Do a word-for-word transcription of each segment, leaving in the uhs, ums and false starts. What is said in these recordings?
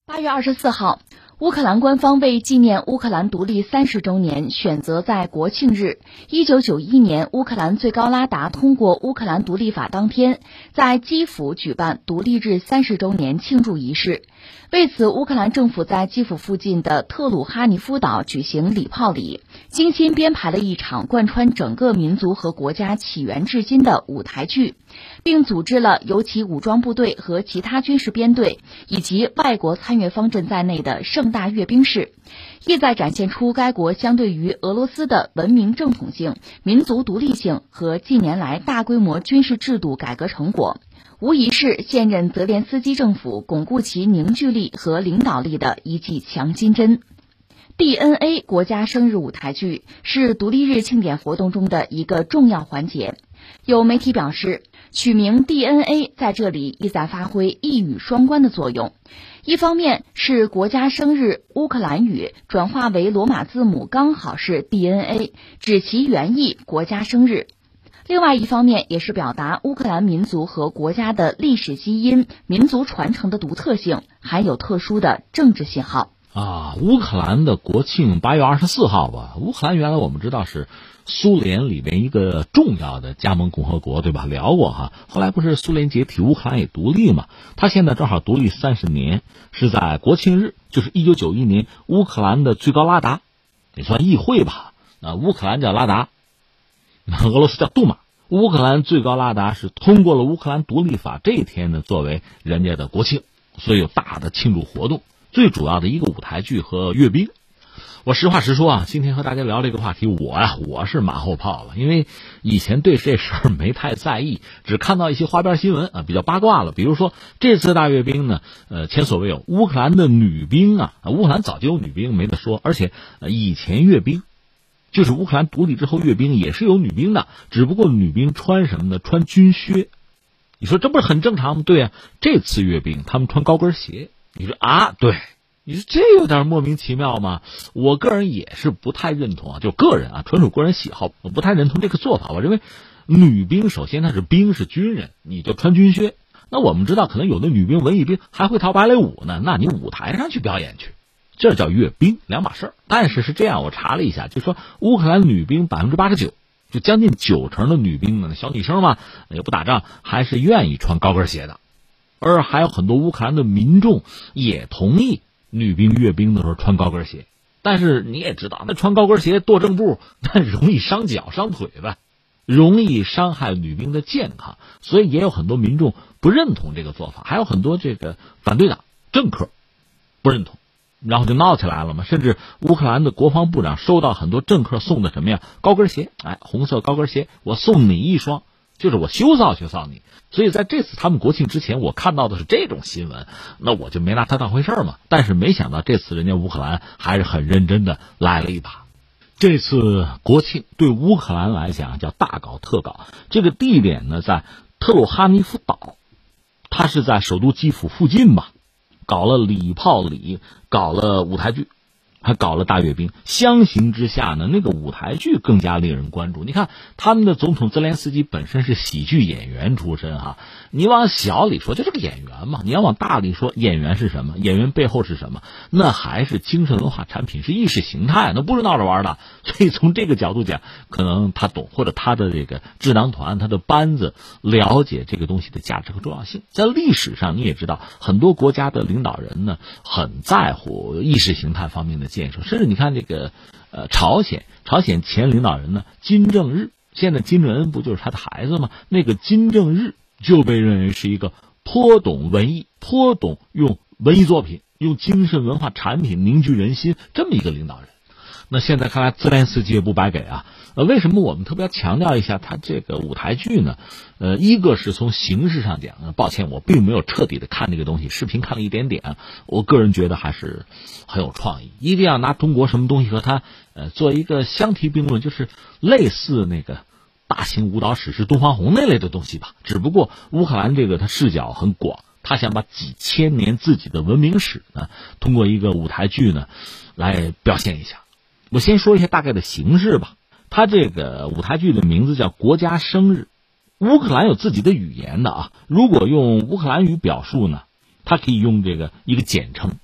八月二十四号，乌克兰官方为纪念乌克兰独立三十周年，选择在国庆日一九九一年乌克兰最高拉达通过乌克兰独立法当天，在基辅举办独立日三十周年庆祝仪式。为此，乌克兰政府在基辅附近的特鲁哈尼夫岛举行礼炮礼，精心编排了一场贯穿整个民族和国家起源至今的舞台剧，并组织了由其武装部队和其他军事编队以及外国参阅方阵在内的盛大阅兵式，意在展现出该国相对于俄罗斯的文明正统性、民族独立性和近年来大规模军事制度改革成果，无疑是现任泽连斯基政府巩固其凝聚力和领导力的一剂强心针。D N A 国家生日舞台剧是独立日庆典活动中的一个重要环节。有媒体表示，取名 D N A 在这里意在发挥一语双关的作用。一方面是国家生日乌克兰语转化为罗马字母刚好是 D N A， 指其原意国家生日。另外一方面也是表达乌克兰民族和国家的历史基因、民族传承的独特性，含有特殊的政治信号。 啊，乌克兰的国庆八月二十四号吧。乌克兰原来我们知道是苏联里边一个重要的加盟共和国，对吧？聊过哈。后来不是苏联解体，乌克兰也独立嘛？它现在正好独立三十年，是在国庆日，就是一九九一年，乌克兰的最高拉达，也算议会吧。那乌克兰叫拉达，俄罗斯叫杜马。乌克兰最高拉达是通过了乌克兰独立法，这一天呢作为人家的国庆，所以有大的庆祝活动。最主要的一个舞台剧和阅兵。我实话实说啊，今天和大家聊这个话题，我呀、啊、我是马后炮了，因为以前对这事儿没太在意，只看到一些花边新闻啊，比较八卦了。比如说这次大阅兵呢，呃，前所未有，乌克兰的女兵啊，乌克兰早就有女兵没得说，而且、呃、以前阅兵，就是乌克兰独立之后阅兵也是有女兵的，只不过女兵穿什么呢？穿军靴。你说这不是很正常吗？对啊，这次阅兵他们穿高跟鞋。你说啊，对，你说这有点莫名其妙吗？我个人也是不太认同啊，就个人啊，纯属个人喜好，我不太认同这个做法。我认为女兵首先她是兵，是军人，你就穿军靴。那我们知道可能有的女兵文艺兵还会跳芭蕾舞呢，那你舞台上去表演去，这叫阅兵，两码事儿。但是是这样，我查了一下，就说乌克兰女兵百分之八十九，就将近九成的女兵呢，小女生嘛，也不打仗，还是愿意穿高跟鞋的。而还有很多乌克兰的民众也同意女兵阅兵的时候穿高跟鞋，但是你也知道，那穿高跟鞋跺正步，那容易伤脚伤腿呗，容易伤害女兵的健康，所以也有很多民众不认同这个做法，还有很多这个反对党政客不认同，然后就闹起来了嘛。甚至乌克兰的国防部长收到很多政客送的什么呀？高跟鞋，哎，红色高跟鞋，我送你一双，就是我羞臊羞臊你。所以在这次他们国庆之前，我看到的是这种新闻，那我就没拿它当回事嘛。但是没想到这次人家乌克兰还是很认真的来了一把。这次国庆对乌克兰来讲叫大搞特搞，这个地点呢在特鲁哈尼夫岛，它是在首都基辅附近吧，搞了礼炮礼，搞了舞台剧，还搞了大阅兵。相形之下呢，那个舞台剧更加令人关注。你看他们的总统泽连斯基本身是喜剧演员出身哈，你往小里说就是个演员嘛，你要往大里说演员是什么？演员背后是什么？那还是精神文化产品，是意识形态，那不是闹着玩的。所以从这个角度讲，可能他懂，或者他的这个智囊团，他的班子了解这个东西的价值和重要性。在历史上你也知道，很多国家的领导人呢很在乎意识形态方面的建设，甚至你看这个呃朝鲜，朝鲜前领导人呢金正日，现在金正恩不就是他的孩子吗？那个金正日就被认为是一个颇懂文艺、颇懂用文艺作品、用精神文化产品凝聚人心这么一个领导人。那现在看来泽连斯基也不白给啊。呃，为什么我们特别要强调一下他这个舞台剧呢？呃，一个是从形式上讲，抱歉，我并没有彻底的看这个东西，视频看了一点点，我个人觉得还是很有创意。一定要拿中国什么东西和他呃做一个相提并论，就是类似那个大型舞蹈史诗东方红那类的东西吧。只不过乌克兰这个他视角很广，他想把几千年自己的文明史呢，通过一个舞台剧呢来表现一下。我先说一下大概的形式吧。他这个舞台剧的名字叫国家生日。乌克兰有自己的语言的啊，如果用乌克兰语表述呢，它可以用这个一个简称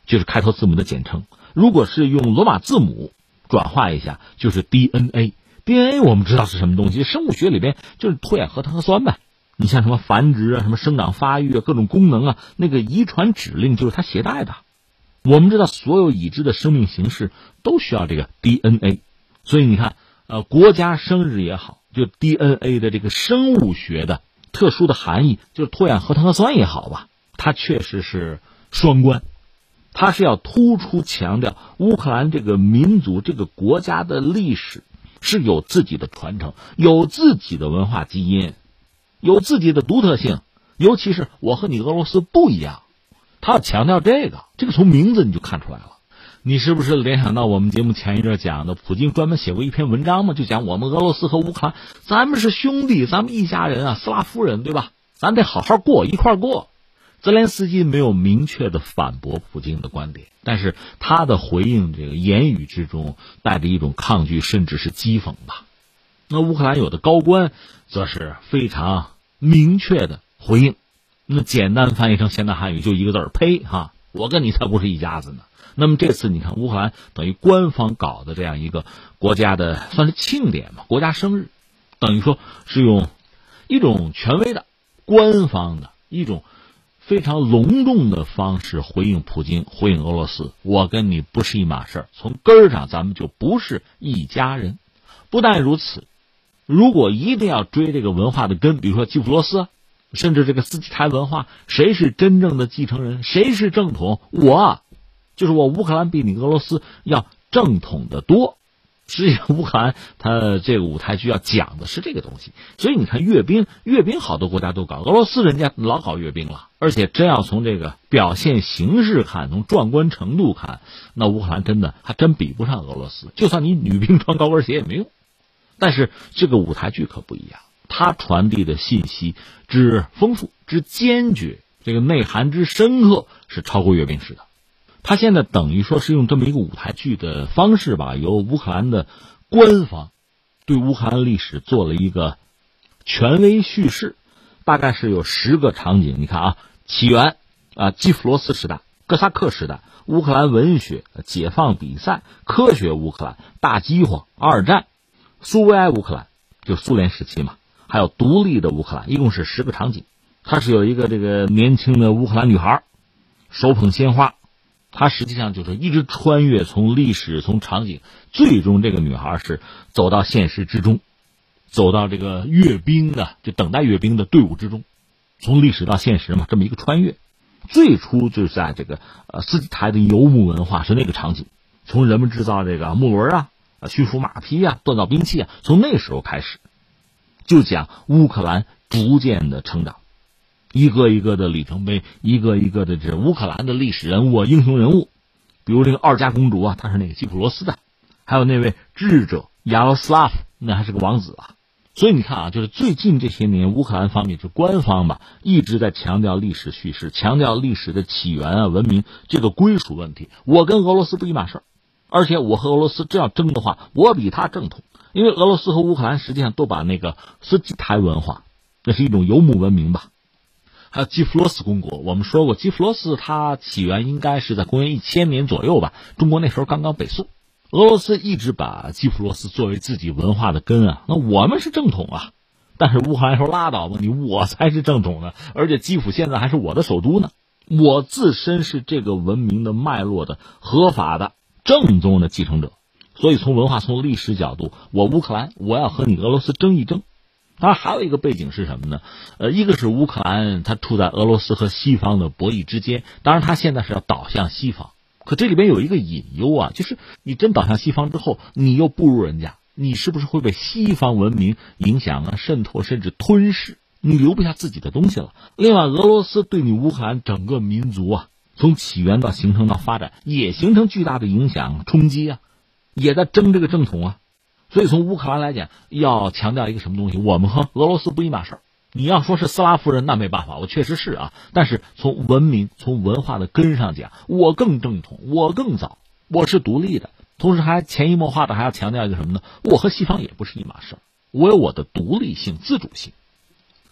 就是开头字母的简称。如果是用罗马字母转化一下，就是 D N A。D N A 我们知道是什么东西，生物学里边就是脱氧核糖核酸呗。你像什么繁殖啊，什么生长发育啊，各种功能啊，那个遗传指令就是它携带的。我们知道所有已知的生命形式都需要这个 D N A， 所以你看，呃，国家生日也好，就 D N A 的这个生物学的特殊的含义，就是脱氧核糖核酸也好吧，它确实是双关。它是要突出强调乌克兰这个民族这个国家的历史是有自己的传承，有自己的文化基因，有自己的独特性，尤其是我和你俄罗斯不一样，他要强调这个，这个从名字你就看出来了。你是不是联想到我们节目前一阵讲的，普京专门写过一篇文章嘛，就讲我们俄罗斯和乌克兰，咱们是兄弟，咱们一家人啊，斯拉夫人，对吧？咱得好好过，一块过。泽连斯基没有明确的反驳普京的观点，但是他的回应这个言语之中带着一种抗拒，甚至是讥讽吧。那乌克兰有的高官则是非常明确的回应，那简单翻译成现代汉语就一个字儿，呸哈！我跟你才不是一家子呢。那么这次你看乌克兰等于官方搞的这样一个国家的算是庆典嘛，国家生日，等于说是用一种权威的官方的一种非常隆重的方式回应普京，回应俄罗斯，我跟你不是一码事儿，从根儿上咱们就不是一家人。不但如此，如果一定要追这个文化的根，比如说基辅罗斯，甚至这个斯基台文化，谁是真正的继承人，谁是正统，我就是我乌克兰比你俄罗斯要正统的多。实际上乌克兰它这个舞台剧要讲的是这个东西，所以你看阅兵，阅兵好多国家都搞，俄罗斯人家老搞阅兵了，而且真要从这个表现形式看，从壮观程度看，那乌克兰真的还真比不上俄罗斯，就算你女兵穿高跟鞋也没用。但是这个舞台剧可不一样，它传递的信息之丰富之坚决，这个内涵之深刻是超过阅兵式的。他现在等于说是用这么一个舞台剧的方式吧，由乌克兰的官方对乌克兰历史做了一个权威叙事，大概是有十个场景。你看啊，起源啊，基辅罗斯时代、哥萨克时代、乌克兰文学、解放比赛、科学乌克兰、大饥荒、二战、苏维埃乌克兰，就苏联时期嘛，还有独立的乌克兰，一共是十个场景。它是有一个这个年轻的乌克兰女孩手捧鲜花，她实际上就是一直穿越从历史从场景，最终这个女孩是走到现实之中，走到这个阅兵的就等待阅兵的队伍之中，从历史到现实嘛，这么一个穿越。最初就是在这个呃斯基台的游牧文化是那个场景，从人们制造这个木轮啊、驯服马匹啊、锻造兵器啊，从那时候开始，就讲乌克兰逐渐的成长。一个一个的里程碑，一个一个的这乌克兰的历史人物、英雄人物，比如这个奥加公主啊，她是那个基辅罗斯的，还有那位智者亚罗斯拉夫，那还是个王子啊。所以你看啊，就是最近这些年，乌克兰方面就官方吧，一直在强调历史叙事，强调历史的起源啊、文明这个归属问题。我跟俄罗斯不一码事儿，而且我和俄罗斯这样争的话，我比他正统，因为俄罗斯和乌克兰实际上都把那个斯基台文化，那是一种游牧文明吧。还有基辅罗斯公国，我们说过，基辅罗斯它起源应该是在公元一千年左右吧，中国那时候刚刚北宋。俄罗斯一直把基辅罗斯作为自己文化的根啊，那我们是正统啊，但是乌克兰说拉倒吧，你我才是正统的，而且基辅现在还是我的首都呢，我自身是这个文明的脉络的合法的正宗的继承者，所以从文化从历史角度，我乌克兰我要和你俄罗斯争一争。当然还有一个背景是什么呢？呃，一个是乌克兰它处在俄罗斯和西方的博弈之间，当然它现在是要倒向西方，可这里边有一个隐忧啊，就是你真倒向西方之后，你又不如人家，你是不是会被西方文明影响啊、渗透甚至吞噬？你留不下自己的东西了。另外，俄罗斯对你乌克兰整个民族啊，从起源到形成到发展，也形成巨大的影响冲击啊，也在争这个正统啊。所以从乌克兰来讲，要强调一个什么东西，我们和俄罗斯不一码事儿。你要说是斯拉夫人，那没办法，我确实是啊。但是从文明、从文化的根上讲，我更正统，我更早，我是独立的。同时还潜移默化的还要强调一个什么呢？我和西方也不是一码事儿，我有我的独立性、自主性。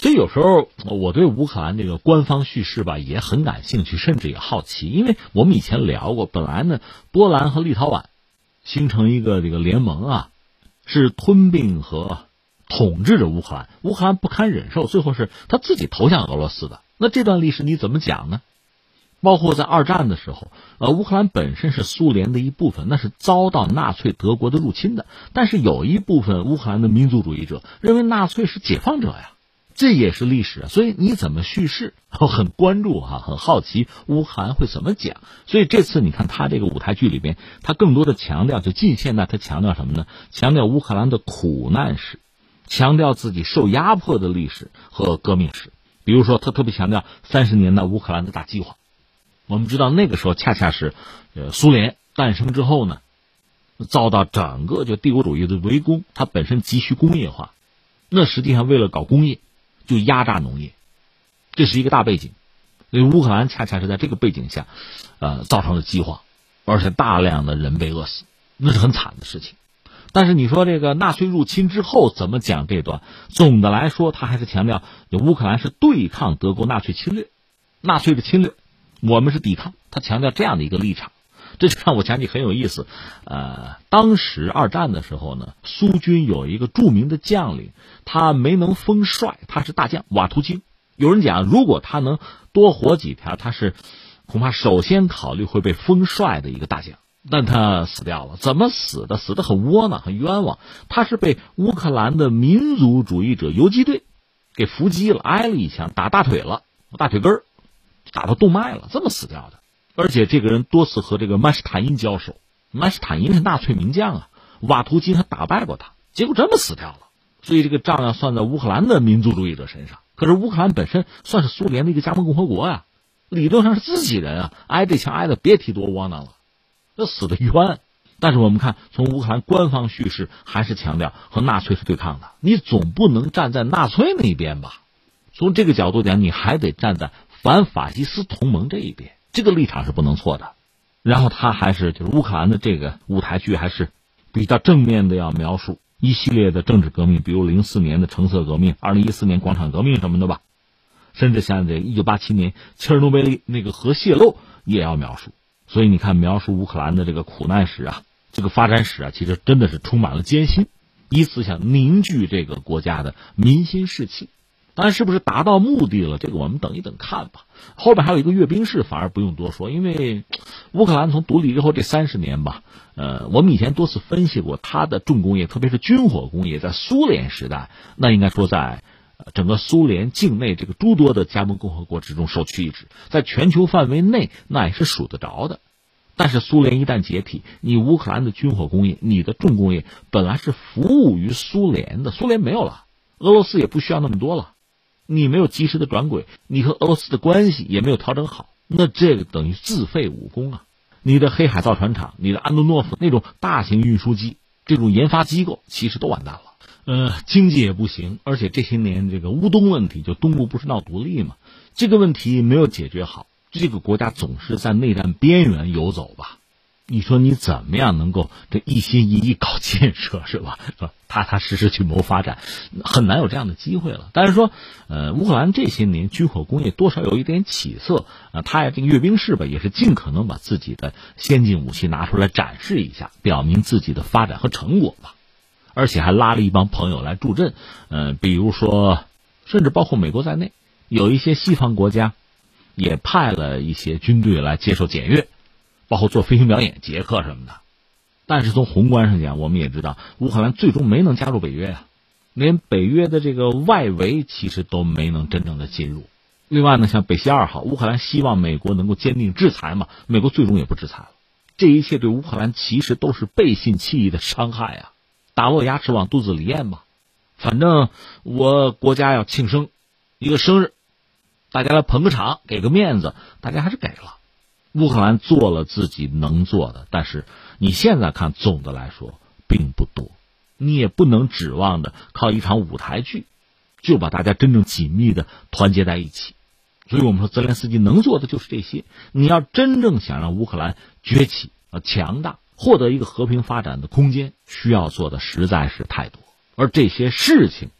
所以有时候我对乌克兰这个官方叙事吧也很感兴趣，甚至也好奇，因为我们以前聊过，本来呢波兰和立陶宛形成一个这个联盟啊，是吞并和统治着乌克兰，乌克兰不堪忍受，最后是他自己投向俄罗斯的。那这段历史你怎么讲呢？包括在二战的时候，呃，乌克兰本身是苏联的一部分，那是遭到纳粹德国的入侵的。但是有一部分乌克兰的民族主义者认为纳粹是解放者呀，这也是历史啊。所以你怎么叙事，我很关注哈、啊，很好奇乌克兰会怎么讲。所以这次你看他这个舞台剧里边，他更多的强调，就近现代他强调什么呢？强调乌克兰的苦难史，强调自己受压迫的历史和革命史。比如说，他特别强调三十年代乌克兰的大计划。我们知道那个时候恰恰是，呃，苏联诞生之后呢，遭到整个就帝国主义的围攻，它本身急需工业化，那实际上为了搞工业，就压榨农业，这是一个大背景。所以乌克兰恰恰是在这个背景下，呃，造成了饥荒，而且大量的人被饿死，那是很惨的事情。但是你说这个纳粹入侵之后怎么讲这段？总的来说，他还是强调乌克兰是对抗德国纳粹侵略，纳粹的侵略。我们是抵抗，他强调这样的一个立场，这就让我想起很有意思。呃，当时二战的时候呢，苏军有一个著名的将领，他没能封帅，他是大将瓦图金。有人讲，如果他能多活几条，他是恐怕首先考虑会被封帅的一个大将。但他死掉了，怎么死的？死得很窝囊，很冤枉。他是被乌克兰的民族主义者游击队给伏击了，挨了一枪，打大腿了，大腿根儿。打到动脉了，这么死掉的。而且这个人多次和这个曼施坦因交手，曼施坦因是纳粹名将啊，瓦图金还打败过他，结果这么死掉了。所以这个账要算在乌克兰的民族主义者身上。可是乌克兰本身算是苏联的一个加盟共和国呀、啊，理论上是自己人啊，挨这枪挨的别提多窝囊了，这死的冤。但是我们看，从乌克兰官方叙事还是强调和纳粹是对抗的，你总不能站在纳粹那一边吧？从这个角度讲，你还得站在反法西斯同盟这一边，这个立场是不能错的。然后他还是就是乌克兰的这个舞台剧还是比较正面的，要描述一系列的政治革命，比如零四年的橙色革命，二零一四年广场革命什么的吧，甚至像这一九八七年切尔诺贝利那个核泄漏也要描述。所以你看，描述乌克兰的这个苦难史啊，这个发展史啊，其实真的是充满了艰辛，以此想凝聚这个国家的民心士气。当然是不是达到目的了，这个我们等一等看吧。后边还有一个阅兵式，反而不用多说，因为乌克兰从独立之后这三十年吧，呃，我们以前多次分析过，它的重工业，特别是军火工业，在苏联时代，那应该说在整个苏联境内这个诸多的加盟共和国之中首屈一指，在全球范围内那也是数得着的。但是苏联一旦解体，你乌克兰的军火工业，你的重工业本来是服务于苏联的，苏联没有了，俄罗斯也不需要那么多了。你没有及时的转轨，你和俄罗斯的关系也没有调整好，那这个等于自废武功啊！你的黑海造船厂，你的安东诺夫那种大型运输机，这种研发机构其实都完蛋了。呃，经济也不行，而且这些年这个乌东问题，就东部不是闹独立嘛，这个问题没有解决好，这个国家总是在内战边缘游走吧。你说你怎么样能够这一心一意搞建设是吧？踏踏实实去谋发展，很难有这样的机会了。但是说，呃，乌克兰这些年军火工业多少有一点起色啊，他这个阅兵式吧，也是尽可能把自己的先进武器拿出来展示一下，表明自己的发展和成果吧。而且还拉了一帮朋友来助阵，呃，比如说，甚至包括美国在内，有一些西方国家也派了一些军队来接受检阅。包括做飞行表演、捷克什么的。但是从宏观上讲，我们也知道乌克兰最终没能加入北约啊，连北约的这个外围其实都没能真正的进入。另外呢，像北溪二号，乌克兰希望美国能够坚定制裁嘛，美国最终也不制裁了。这一切对乌克兰其实都是背信弃义的伤害啊，打落牙齿往肚子里咽吧。反正我国家要庆生一个生日，大家来捧个场，给个面子，大家还是给了。乌克兰做了自己能做的，但是你现在看，总的来说并不多。你也不能指望的靠一场舞台剧就把大家真正紧密的团结在一起。所以我们说泽连斯基能做的就是这些。你要真正想让乌克兰崛起啊强大，获得一个和平发展的空间，需要做的实在是太多。而这些事情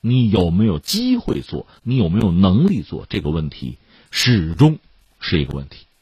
你有没有机会做，你有没有能力做，这个问题始终是一个问题。